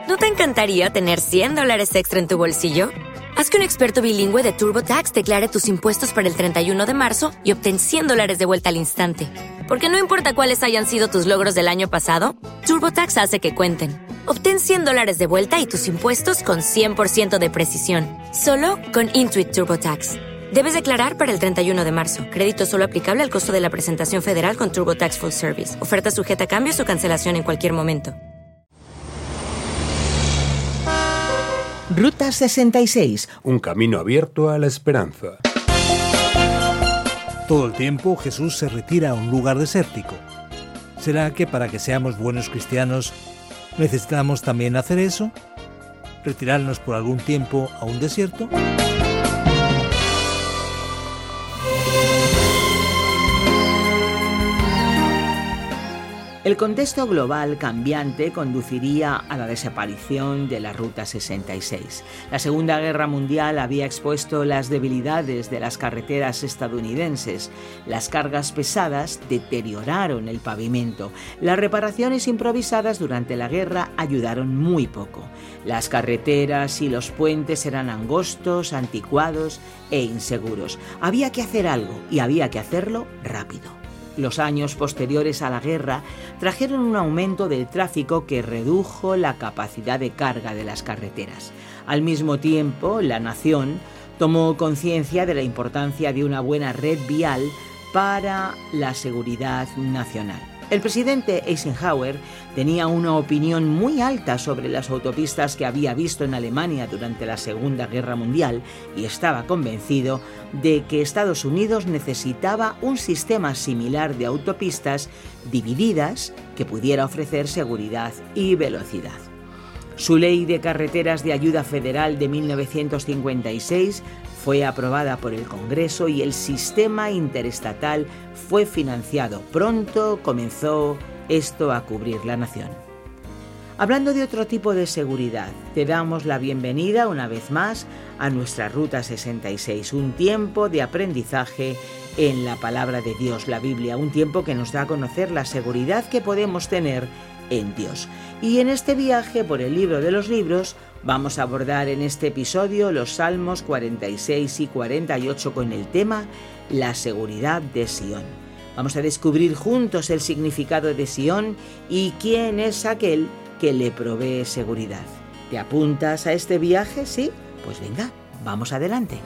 ¿No te encantaría tener $100 extra en tu bolsillo? Haz que un experto bilingüe de TurboTax declare tus impuestos para el 31 de marzo y obtén $100 de vuelta al instante. Porque no importa cuáles hayan sido tus logros del año pasado, TurboTax hace que cuenten. Obtén $100 de vuelta y tus impuestos con 100% de precisión. Solo con Intuit TurboTax. Debes declarar para el 31 de marzo. Crédito solo aplicable al costo de la presentación federal con TurboTax Full Service. Oferta sujeta a cambios o cancelación en cualquier momento. Ruta 66. Un camino abierto a la esperanza. Todo el tiempo Jesús se retira a un lugar desértico. ¿Será que para que seamos buenos cristianos necesitamos también hacer eso? ¿Retirarnos por algún tiempo a un desierto? El contexto global cambiante conduciría a la desaparición de la Ruta 66. La Segunda Guerra Mundial había expuesto las debilidades de las carreteras estadounidenses. Las cargas pesadas deterioraron el pavimento. Las reparaciones improvisadas durante la guerra ayudaron muy poco. Las carreteras y los puentes eran angostos, anticuados e inseguros. Había que hacer algo y había que hacerlo rápido. Los años posteriores a la guerra trajeron un aumento del tráfico que redujo la capacidad de carga de las carreteras. Al mismo tiempo, la nación tomó conciencia de la importancia de una buena red vial para la seguridad nacional. El presidente Eisenhower tenía una opinión muy alta sobre las autopistas que había visto en Alemania durante la Segunda Guerra Mundial y estaba convencido de que Estados Unidos necesitaba un sistema similar de autopistas divididas que pudiera ofrecer seguridad y velocidad. Su Ley de Carreteras de Ayuda Federal de 1956 fue aprobada por el Congreso y el sistema interestatal fue financiado. Pronto comenzó esto a cubrir la nación. Hablando de otro tipo de seguridad, te damos la bienvenida una vez más a nuestra Ruta 66, un tiempo de aprendizaje en la palabra de Dios, la Biblia, un tiempo que nos da a conocer la seguridad que podemos tener en Dios. Y en este viaje por el libro de los libros vamos a abordar en este episodio los Salmos 46 y 48 con el tema La seguridad de Sión. Vamos a descubrir juntos el significado de Sión y quién es aquel que le provee seguridad. ¿Te apuntas a este viaje? ¿Sí? Pues venga, vamos adelante.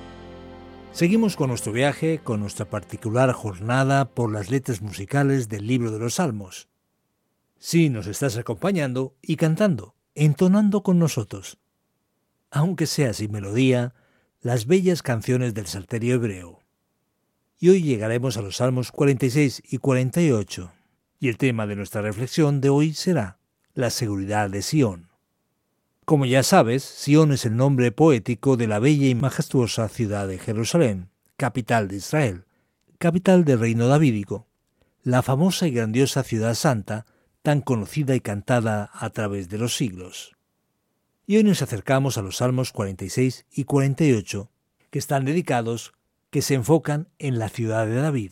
Seguimos con nuestro viaje, con nuestra particular jornada por las letras musicales del libro de los Salmos. Sí, nos estás acompañando y cantando, entonando con nosotros, aunque sea sin melodía, las bellas canciones del Salterio hebreo. Y hoy llegaremos a los Salmos 46 y 48, y el tema de nuestra reflexión de hoy será la seguridad de Sión. Como ya sabes, Sión es el nombre poético de la bella y majestuosa ciudad de Jerusalén, capital de Israel, capital del reino davídico, la famosa y grandiosa ciudad santa, tan conocida y cantada a través de los siglos. Y hoy nos acercamos a los Salmos 46 y 48, que están dedicados, que se enfocan en la ciudad de David.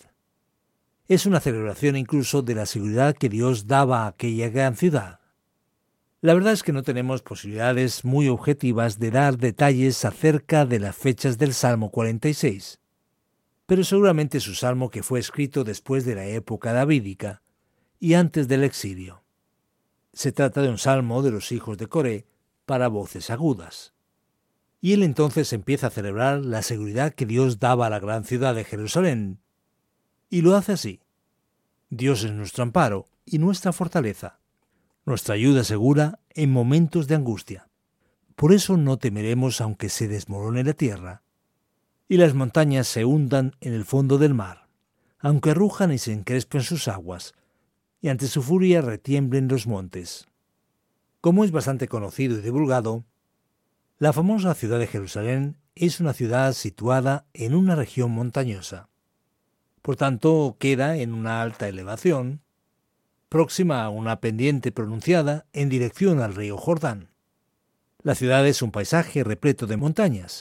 Es una celebración incluso de la seguridad que Dios daba a aquella gran ciudad. La verdad es que no tenemos posibilidades muy objetivas de dar detalles acerca de las fechas del Salmo 46, pero seguramente es un salmo que fue escrito después de la época davídica y antes del exilio. Se trata de un salmo de los hijos de Coré para voces agudas. Y él entonces empieza a celebrar la seguridad que Dios daba a la gran ciudad de Jerusalén. Y lo hace así. Dios es nuestro amparo y nuestra fortaleza, nuestra ayuda segura en momentos de angustia. Por eso no temeremos aunque se desmorone la tierra y las montañas se hundan en el fondo del mar, aunque rujan y se encrespen sus aguas, y ante su furia retiemblen los montes. Como es bastante conocido y divulgado, la famosa ciudad de Jerusalén es una ciudad situada en una región montañosa. Por tanto, queda en una alta elevación, próxima a una pendiente pronunciada en dirección al río Jordán. La ciudad es un paisaje repleto de montañas.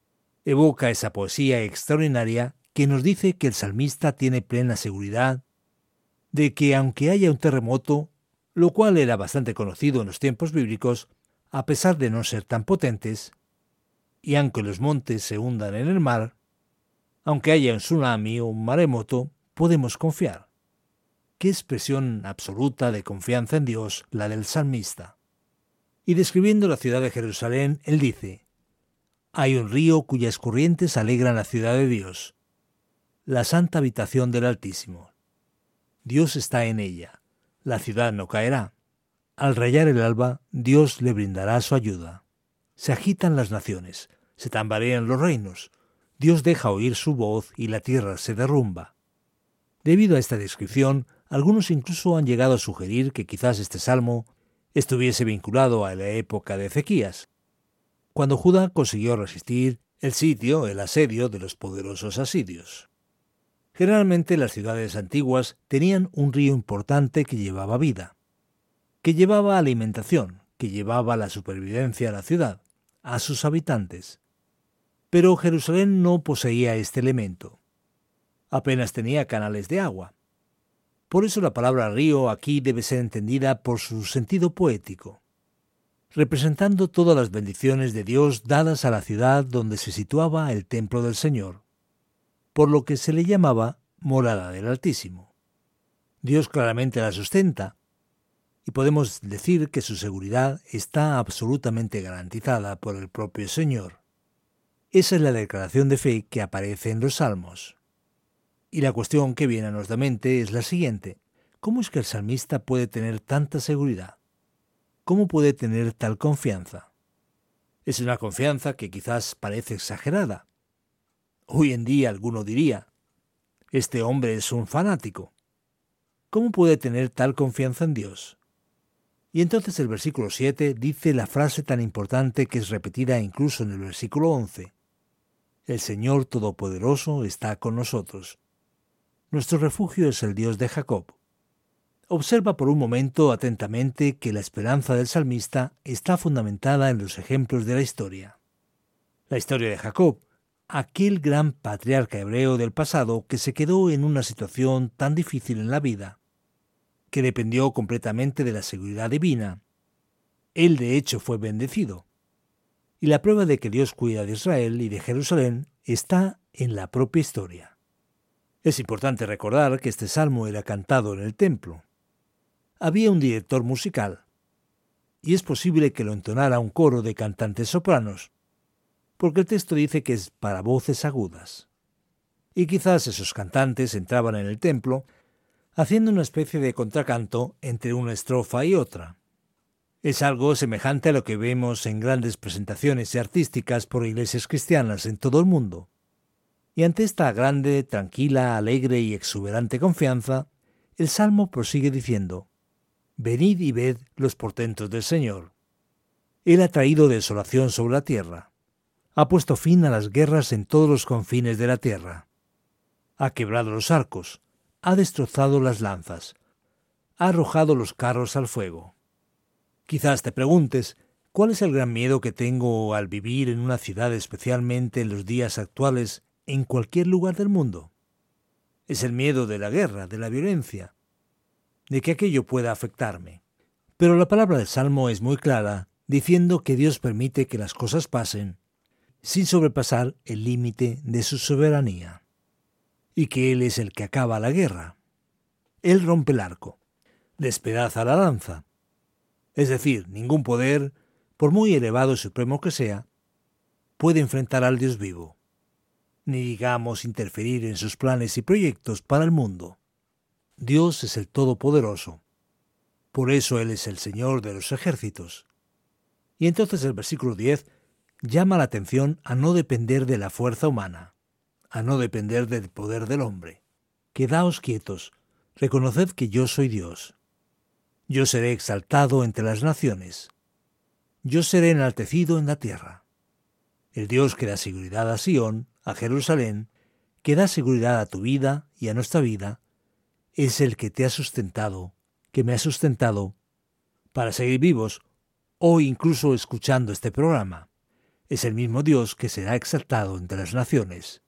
Evoca esa poesía extraordinaria que nos dice que el salmista tiene plena seguridad de que aunque haya un terremoto, lo cual era bastante conocido en los tiempos bíblicos, a pesar de no ser tan potentes, y aunque los montes se hundan en el mar, aunque haya un tsunami o un maremoto, podemos confiar. Qué expresión absoluta de confianza en Dios la del salmista. Y describiendo la ciudad de Jerusalén, él dice: hay un río cuyas corrientes alegran la ciudad de Dios, la santa habitación del Altísimo. Dios está en ella, la ciudad no caerá. Al rayar el alba, Dios le brindará su ayuda. Se agitan las naciones, se tambalean los reinos, Dios deja oír su voz y la tierra se derrumba. Debido a esta descripción, algunos incluso han llegado a sugerir que quizás este salmo estuviese vinculado a la época de Ezequías, cuando Judá consiguió resistir el asedio de los poderosos asirios. Generalmente las ciudades antiguas tenían un río importante que llevaba vida, que llevaba alimentación, que llevaba la supervivencia a la ciudad, a sus habitantes. Pero Jerusalén no poseía este elemento. Apenas tenía canales de agua. Por eso la palabra río aquí debe ser entendida por su sentido poético, representando todas las bendiciones de Dios dadas a la ciudad donde se situaba el templo del Señor, por lo que se le llamaba morada del Altísimo. Dios claramente la sustenta, y podemos decir que su seguridad está absolutamente garantizada por el propio Señor. Esa es la declaración de fe que aparece en los Salmos. Y la cuestión que viene a nuestra mente es la siguiente: ¿cómo es que el salmista puede tener tanta seguridad? ¿Cómo puede tener tal confianza? Es una confianza que quizás parece exagerada. Hoy en día alguno diría: este hombre es un fanático. ¿Cómo puede tener tal confianza en Dios? Y entonces el versículo 7 dice la frase tan importante que es repetida incluso en el versículo 11. El Señor Todopoderoso está con nosotros. Nuestro refugio es el Dios de Jacob. Observa por un momento atentamente que la esperanza del salmista está fundamentada en los ejemplos de la historia. La historia de Jacob, aquel gran patriarca hebreo del pasado que se quedó en una situación tan difícil en la vida, que dependió completamente de la seguridad divina. Él de hecho fue bendecido. Y la prueba de que Dios cuida de Israel y de Jerusalén está en la propia historia. Es importante recordar que este salmo era cantado en el templo. Había un director musical, y es posible que lo entonara un coro de cantantes sopranos, porque el texto dice que es para voces agudas. Y quizás esos cantantes entraban en el templo haciendo una especie de contracanto entre una estrofa y otra. Es algo semejante a lo que vemos en grandes presentaciones artísticas por iglesias cristianas en todo el mundo. Y ante esta grande, tranquila, alegre y exuberante confianza, el Salmo prosigue diciendo: venid y ved los portentos del Señor. Él ha traído desolación sobre la tierra. Ha puesto fin a las guerras en todos los confines de la tierra. Ha quebrado los arcos. Ha destrozado las lanzas. Ha arrojado los carros al fuego. Quizás te preguntes, ¿cuál es el gran miedo que tengo al vivir en una ciudad, especialmente en los días actuales, en cualquier lugar del mundo? Es el miedo de la guerra, de la violencia, de que aquello pueda afectarme. Pero la palabra del Salmo es muy clara, diciendo que Dios permite que las cosas pasen, sin sobrepasar el límite de su soberanía, y que Él es el que acaba la guerra. Él rompe el arco, despedaza la lanza. Es decir, ningún poder, por muy elevado y supremo que sea, puede enfrentar al Dios vivo, ni digamos interferir en sus planes y proyectos para el mundo. Dios es el Todopoderoso. Por eso Él es el Señor de los ejércitos. Y entonces el versículo 10 llama la atención a no depender de la fuerza humana, a no depender del poder del hombre. Quedaos quietos, reconoced que yo soy Dios. Yo seré exaltado entre las naciones. Yo seré enaltecido en la tierra. El Dios que da seguridad a Sión, a Jerusalén, que da seguridad a tu vida y a nuestra vida, es el que te ha sustentado, que me ha sustentado, para seguir vivos, o incluso escuchando este programa. Es el mismo Dios que será exaltado entre las naciones.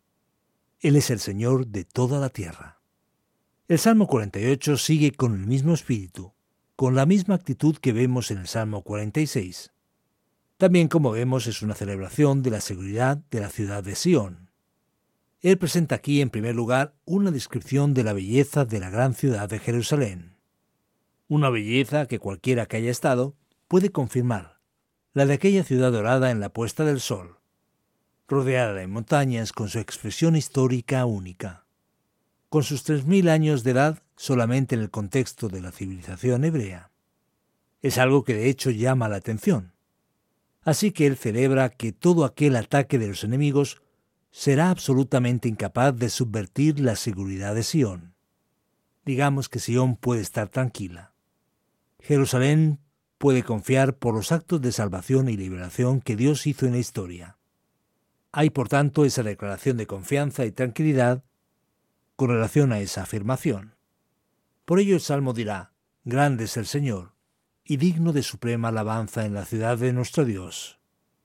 Él es el Señor de toda la tierra. El Salmo 48 sigue con el mismo espíritu. con la misma actitud que vemos en el Salmo 46. También, como vemos, es una celebración de la seguridad de la ciudad de Sión. Él presenta aquí, en primer lugar, una descripción de la belleza de la gran ciudad de Jerusalén. Una belleza que cualquiera que haya estado puede confirmar, la de aquella ciudad dorada en la puesta del sol, rodeada de montañas con su expresión histórica única. Con sus 3000 años de edad solamente en el contexto de la civilización hebrea. Es algo que de hecho llama la atención. Así que él celebra que todo aquel ataque de los enemigos será absolutamente incapaz de subvertir la seguridad de Sión. Digamos que Sión puede estar tranquila. Jerusalén puede confiar por los actos de salvación y liberación que Dios hizo en la historia. Hay, por tanto, esa declaración de confianza y tranquilidad con relación a esa afirmación. Por ello el Salmo dirá: grande es el Señor, y digno de suprema alabanza en la ciudad de nuestro Dios.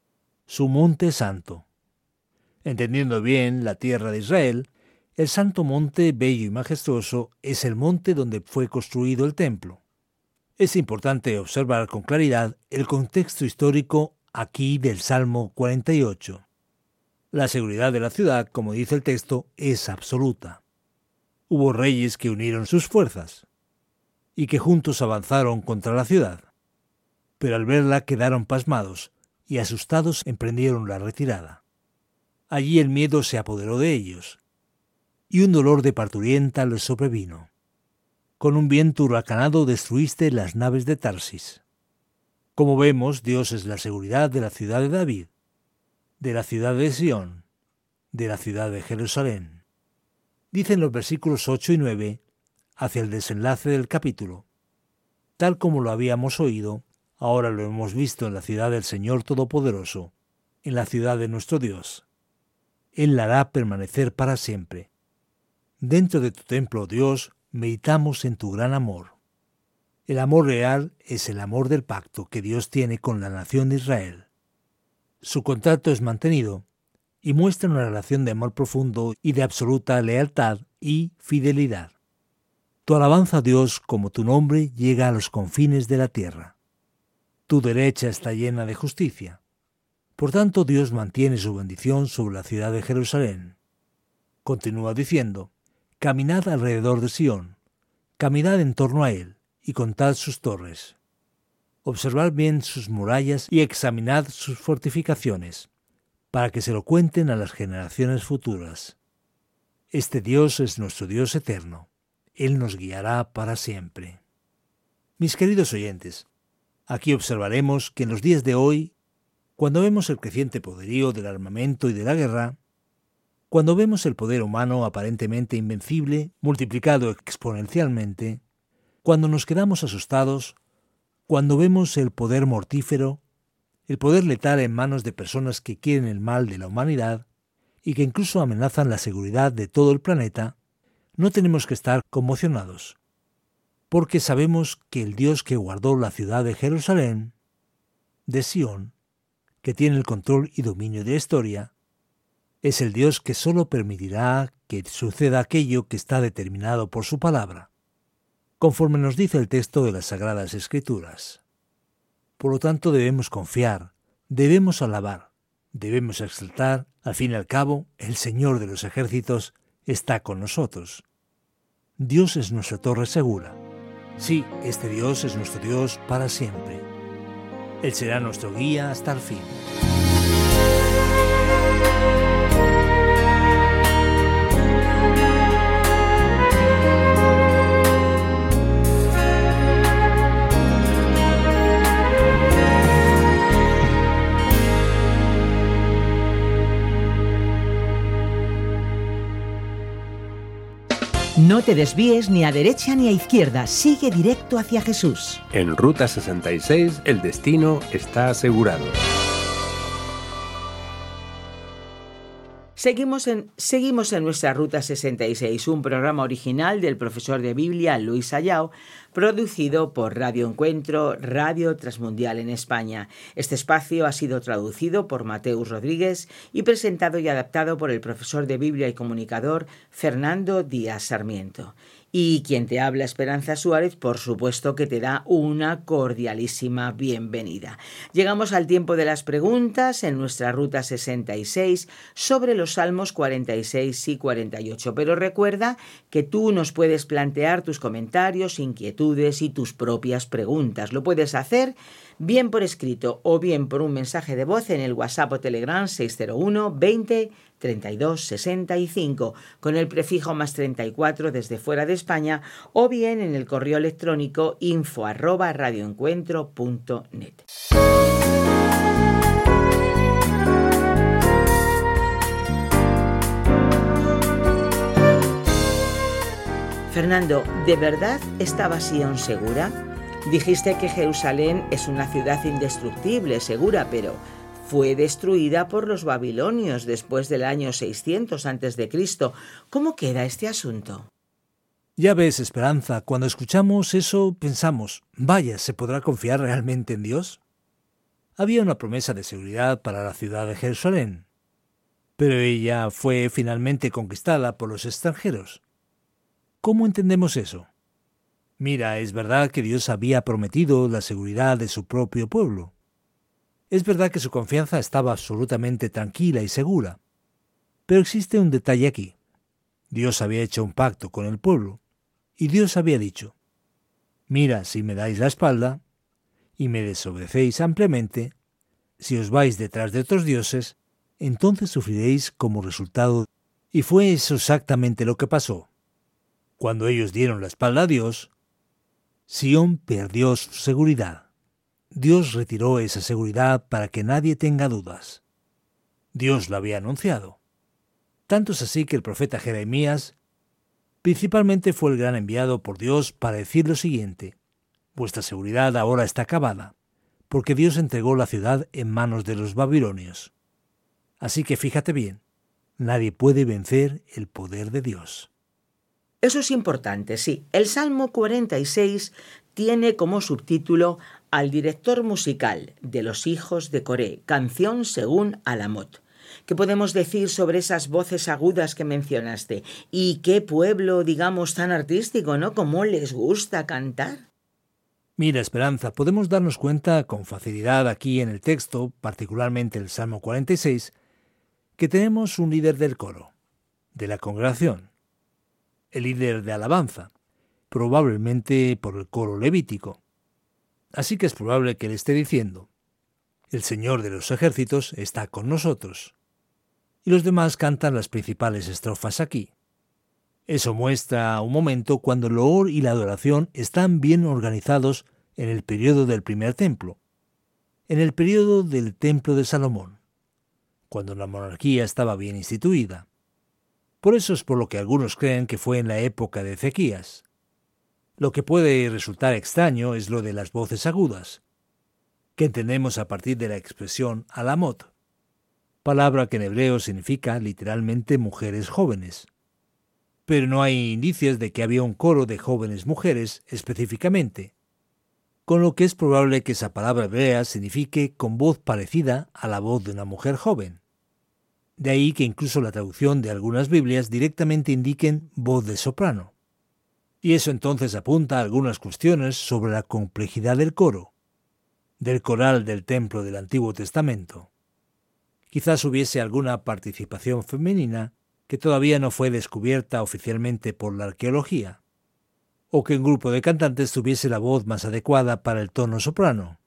Su monte santo. Entendiendo bien la tierra de Israel, el santo monte bello y majestuoso es el monte donde fue construido el templo. Es importante observar con claridad el contexto histórico aquí del Salmo 48. La seguridad de la ciudad, como dice el texto, es absoluta. Hubo reyes que unieron sus fuerzas y que juntos avanzaron contra la ciudad, pero al verla quedaron pasmados y asustados emprendieron la retirada. Allí el miedo se apoderó de ellos y un dolor de parturienta les sobrevino. Con un viento huracanado destruiste las naves de Tarsis. Como vemos, Dios es la seguridad de la ciudad de David, de la ciudad de Sión, de la ciudad de Jerusalén. Dicen los versículos 8 y 9, hacia el desenlace del capítulo: tal como lo habíamos oído, ahora lo hemos visto en la ciudad del Señor Todopoderoso, en la ciudad de nuestro Dios. Él la hará permanecer para siempre. Dentro de tu templo, Dios, meditamos en tu gran amor. El amor real es el amor del pacto que Dios tiene con la nación de Israel. Su contrato es mantenido y muestra una relación de amor profundo y de absoluta lealtad y fidelidad. Tu alabanza a Dios como tu nombre llega a los confines de la tierra. Tu derecha está llena de justicia. Por tanto, Dios mantiene su bendición sobre la ciudad de Jerusalén. Continúa diciendo: caminad alrededor de Sión, caminad en torno a él y contad sus torres. Observad bien sus murallas y examinad sus fortificaciones, para que se lo cuenten a las generaciones futuras. Este Dios es nuestro Dios eterno. Él nos guiará para siempre. Mis queridos oyentes, aquí observaremos que en los días de hoy, cuando vemos el creciente poderío del armamento y de la guerra, cuando vemos el poder humano aparentemente invencible, multiplicado exponencialmente, cuando nos quedamos asustados, cuando vemos el poder mortífero, el poder letal en manos de personas que quieren el mal de la humanidad y que incluso amenazan la seguridad de todo el planeta, no tenemos que estar conmocionados, porque sabemos que el Dios que guardó la ciudad de Jerusalén, de Sión, que tiene el control y dominio de la historia, es el Dios que solo permitirá que suceda aquello que está determinado por su palabra, conforme nos dice el texto de las Sagradas Escrituras. Por lo tanto, debemos confiar, debemos alabar, debemos exaltar. Al fin y al cabo, el Señor de los ejércitos está con nosotros. Dios es nuestra torre segura. Sí, este Dios es nuestro Dios para siempre. Él será nuestro guía hasta el fin. No te desvíes ni a derecha ni a izquierda, sigue directo hacia Jesús. En Ruta 66 el destino está asegurado. Seguimos en nuestra Ruta 66, un programa original del profesor de Biblia Luis Ayao, producido por Radio Encuentro, Radio Transmundial en España. Este espacio ha sido traducido por Mateus Rodríguez y presentado y adaptado por el profesor de Biblia y comunicador Fernando Díaz Sarmiento. Y quien te habla, Esperanza Suárez, por supuesto que te da una cordialísima bienvenida. Llegamos al tiempo de las preguntas en nuestra Ruta 66 sobre los Salmos 46 y 48. Pero recuerda que tú nos puedes plantear tus comentarios, inquietudes y tus propias preguntas. Lo puedes hacer bien por escrito o bien por un mensaje de voz en el WhatsApp o Telegram 601 20 32 65 con el prefijo +34 desde fuera de España, o bien en el correo electrónico info@radioencuentro.net. Fernando, ¿de verdad estaba Sión segura? Dijiste que Jerusalén es una ciudad indestructible, segura, pero fue destruida por los babilonios después del año 600 a.C. ¿Cómo queda este asunto? Ya ves, Esperanza, cuando escuchamos eso pensamos, vaya, ¿se podrá confiar realmente en Dios? Había una promesa de seguridad para la ciudad de Jerusalén, pero ella fue finalmente conquistada por los extranjeros. ¿Cómo entendemos eso? Mira, es verdad que Dios había prometido la seguridad de su propio pueblo. Es verdad que su confianza estaba absolutamente tranquila y segura. Pero existe un detalle aquí. Dios había hecho un pacto con el pueblo, y Dios había dicho, mira, si me dais la espalda, y me desobedecéis ampliamente, si os vais detrás de otros dioses, entonces sufriréis como resultado. Y fue eso exactamente lo que pasó. Cuando ellos dieron la espalda a Dios, Sión perdió su seguridad. Dios retiró esa seguridad para que nadie tenga dudas. Dios lo había anunciado. Tanto es así que el profeta Jeremías principalmente fue el gran enviado por Dios para decir lo siguiente: vuestra seguridad ahora está acabada, porque Dios entregó la ciudad en manos de los babilonios. Así que fíjate bien, nadie puede vencer el poder de Dios. Eso es importante, sí. El Salmo 46 tiene como subtítulo al director musical de los hijos de Coré, canción según Alamot. ¿Qué podemos decir sobre esas voces agudas que mencionaste? Y qué pueblo, digamos, tan artístico, ¿no? ¿Cómo les gusta cantar? Mira, Esperanza, podemos darnos cuenta con facilidad aquí en el texto, particularmente el Salmo 46, que tenemos un líder del coro, de la congregación, el líder de alabanza, probablemente por el coro levítico. Así que es probable que él esté diciendo, el Señor de los ejércitos está con nosotros. Y los demás cantan las principales estrofas aquí. Eso muestra un momento cuando el loor y la adoración están bien organizados en el periodo del primer templo, en el periodo del templo de Salomón, cuando la monarquía estaba bien instituida. Por eso es por lo que algunos creen que fue en la época de Ezequías. Lo que puede resultar extraño es lo de las voces agudas, que entendemos a partir de la expresión alamot, palabra que en hebreo significa literalmente mujeres jóvenes. Pero no hay indicios de que había un coro de jóvenes mujeres específicamente, con lo que es probable que esa palabra hebrea signifique con voz parecida a la voz de una mujer joven. De ahí que incluso la traducción de algunas Biblias directamente indiquen voz de soprano. Y eso entonces apunta a algunas cuestiones sobre la complejidad del coro, del coral del templo del Antiguo Testamento. Quizás hubiese alguna participación femenina que todavía no fue descubierta oficialmente por la arqueología, o que un grupo de cantantes tuviese la voz más adecuada para el tono soprano,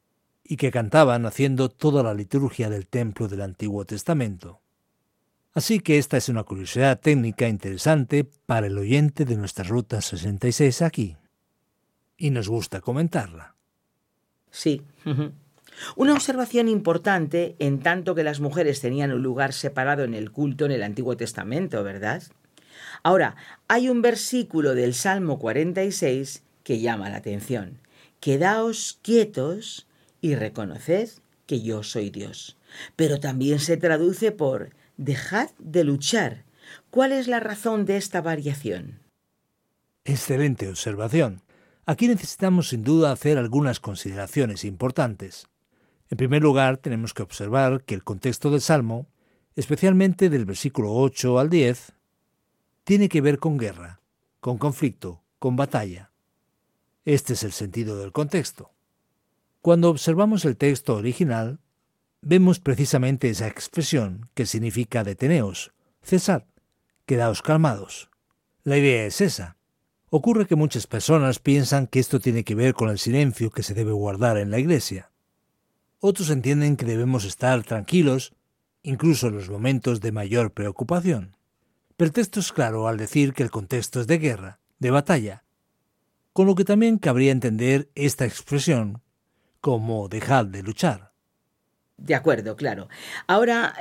y que cantaban haciendo toda la liturgia del templo del Antiguo Testamento. Así que esta es una curiosidad técnica interesante para el oyente de nuestra Ruta 66 aquí, y nos gusta comentarla. Sí. Una observación importante en tanto que las mujeres tenían un lugar separado en el culto en el Antiguo Testamento, ¿verdad? Ahora, hay un versículo del Salmo 46 que llama la atención. Quedaos quietos y reconoced que yo soy Dios. Pero también se traduce por dejad de luchar. ¿Cuál es la razón de esta variación? Excelente observación. Aquí necesitamos sin duda hacer algunas consideraciones importantes. En primer lugar, tenemos que observar que el contexto del Salmo, especialmente del versículo 8 al 10, tiene que ver con guerra. con conflicto, con batalla. Este es el sentido del contexto. Cuando observamos el texto original, vemos precisamente esa expresión que significa deteneos, cesad, quedaos calmados. La idea es esa. Ocurre que muchas personas piensan que esto tiene que ver con el silencio que se debe guardar en la iglesia. Otros entienden que debemos estar tranquilos, incluso en los momentos de mayor preocupación. Pero el texto es claro al decir que el contexto es de guerra, de batalla, con lo que también cabría entender esta expresión como dejad de luchar. De acuerdo, claro. Ahora,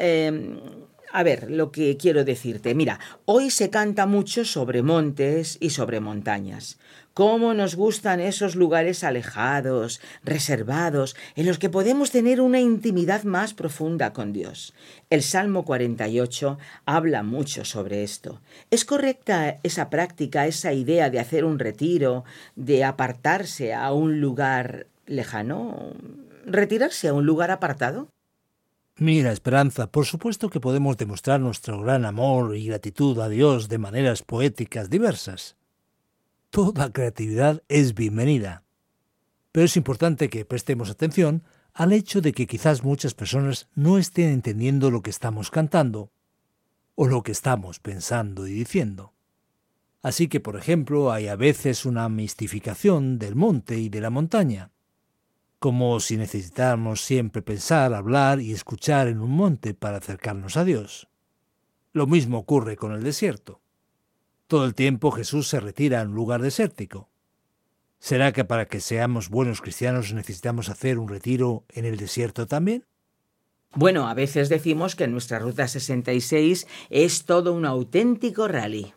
a ver, lo que quiero decirte. Mira, hoy se canta mucho sobre montes y sobre montañas. Cómo nos gustan esos lugares alejados, reservados, en los que podemos tener una intimidad más profunda con Dios. El Salmo 48 habla mucho sobre esto. ¿Es correcta esa práctica, esa idea de hacer un retiro, de apartarse a un lugar lejano? ¿Retirarse a un lugar apartado? Mira, Esperanza, por supuesto que podemos demostrar nuestro gran amor y gratitud a Dios de maneras poéticas diversas. Toda creatividad es bienvenida. Pero es importante que prestemos atención al hecho de que quizás muchas personas no estén entendiendo lo que estamos cantando o lo que estamos pensando y diciendo. Así que, por ejemplo, hay a veces una mistificación del monte y de la montaña, como si necesitáramos siempre pensar, hablar y escuchar en un monte para acercarnos a Dios. Lo mismo ocurre con el desierto. Todo el tiempo Jesús se retira a un lugar desértico. ¿Será que para que seamos buenos cristianos necesitamos hacer un retiro en el desierto también? Bueno, a veces decimos que nuestra Ruta 66 es todo un auténtico rally.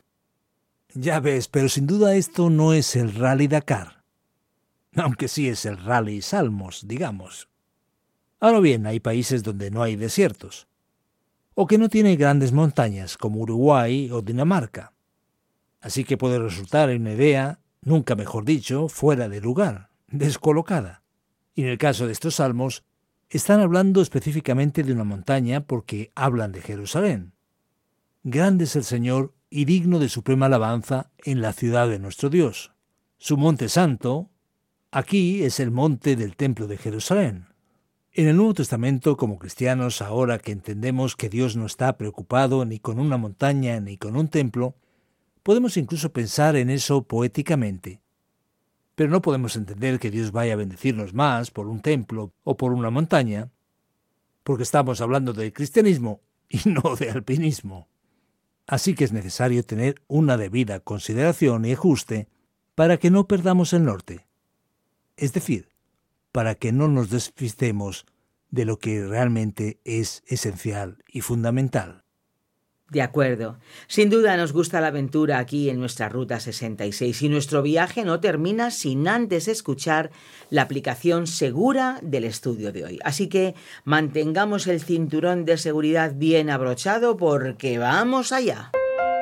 Ya ves, pero sin duda esto no es el Rally Dakar. Aunque sí es el Rally Salmos, digamos. Ahora bien, hay países donde no hay desiertos, o que no tienen grandes montañas, como Uruguay o Dinamarca. Así que puede resultar una idea, nunca mejor dicho, fuera de lugar, descolocada. Y en el caso de estos salmos, están hablando específicamente de una montaña porque hablan de Jerusalén. Grande es el Señor y digno de suprema alabanza en la ciudad de nuestro Dios. Su monte santo, aquí es el monte del templo de Jerusalén. En el Nuevo Testamento, como cristianos, ahora que entendemos que Dios no está preocupado ni con una montaña ni con un templo, podemos incluso pensar en eso poéticamente. Pero no podemos entender que Dios vaya a bendecirnos más por un templo o por una montaña, porque estamos hablando de cristianismo y no de alpinismo. Así que es necesario tener una debida consideración y ajuste para que no perdamos el norte. Es decir, para que no nos despistemos de lo que realmente es esencial y fundamental. De acuerdo. Sin duda nos gusta la aventura aquí en nuestra Ruta 66 y nuestro viaje no termina sin antes escuchar la aplicación segura del estudio de hoy. Así que mantengamos el cinturón de seguridad bien abrochado porque vamos allá.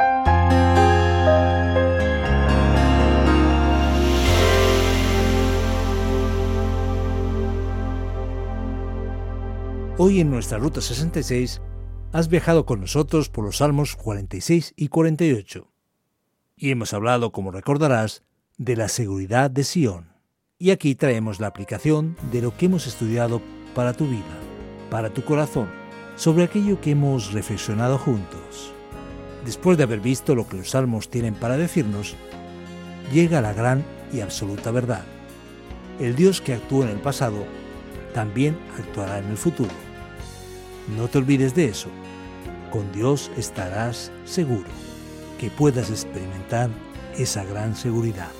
Hoy en nuestra Ruta 66 has viajado con nosotros por los Salmos 46 y 48. Y hemos hablado, como recordarás, de la seguridad de Sion. Y aquí traemos la aplicación de lo que hemos estudiado para tu vida, para tu corazón, sobre aquello que hemos reflexionado juntos. Después de haber visto lo que los Salmos tienen para decirnos, llega la gran y absoluta verdad. El Dios que actuó en el pasado, también actuará en el futuro. No te olvides de eso. Con Dios estarás seguro, que puedas experimentar esa gran seguridad.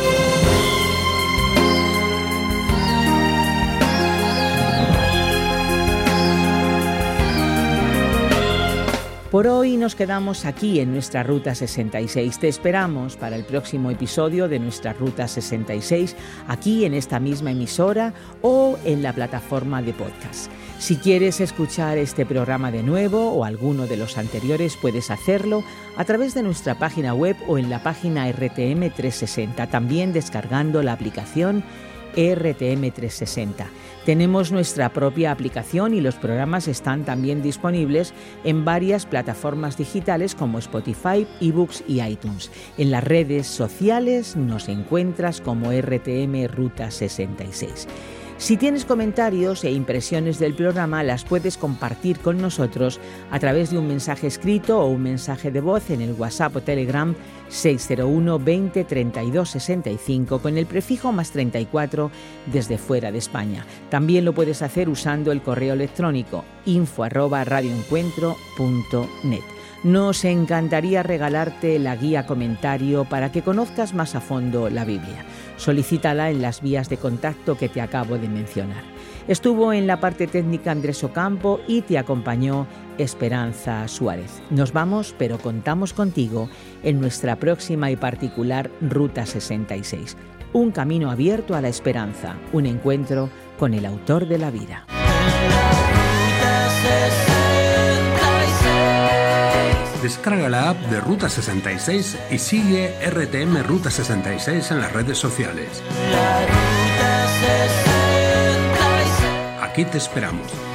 Por hoy nos quedamos aquí en nuestra Ruta 66. Te esperamos para el próximo episodio de nuestra Ruta 66, aquí en esta misma emisora o en la plataforma de podcast. Si quieres escuchar este programa de nuevo o alguno de los anteriores, puedes hacerlo a través de nuestra página web o en la página RTM 360, también descargando la aplicación RTM360. Tenemos nuestra propia aplicación y los programas están también disponibles en varias plataformas digitales como Spotify, eBooks y iTunes. En las redes sociales nos encuentras como RTM Ruta 66. Si tienes comentarios e impresiones del programa, las puedes compartir con nosotros a través de un mensaje escrito o un mensaje de voz en el WhatsApp o Telegram 601 20 32 65 con el prefijo +34 desde fuera de España. También lo puedes hacer usando el correo electrónico info@radioencuentro.net. Nos encantaría regalarte la guía comentario para que conozcas más a fondo la Biblia. Solicítala en las vías de contacto que te acabo de mencionar. Estuvo en la parte técnica Andrés Ocampo y te acompañó Esperanza Suárez. Nos vamos, pero contamos contigo en nuestra próxima y particular Ruta 66. Un camino abierto a la esperanza, un encuentro con el autor de la vida. Descarga la app de Ruta 66 y sigue RTM Ruta 66 en las redes sociales. Aquí te esperamos.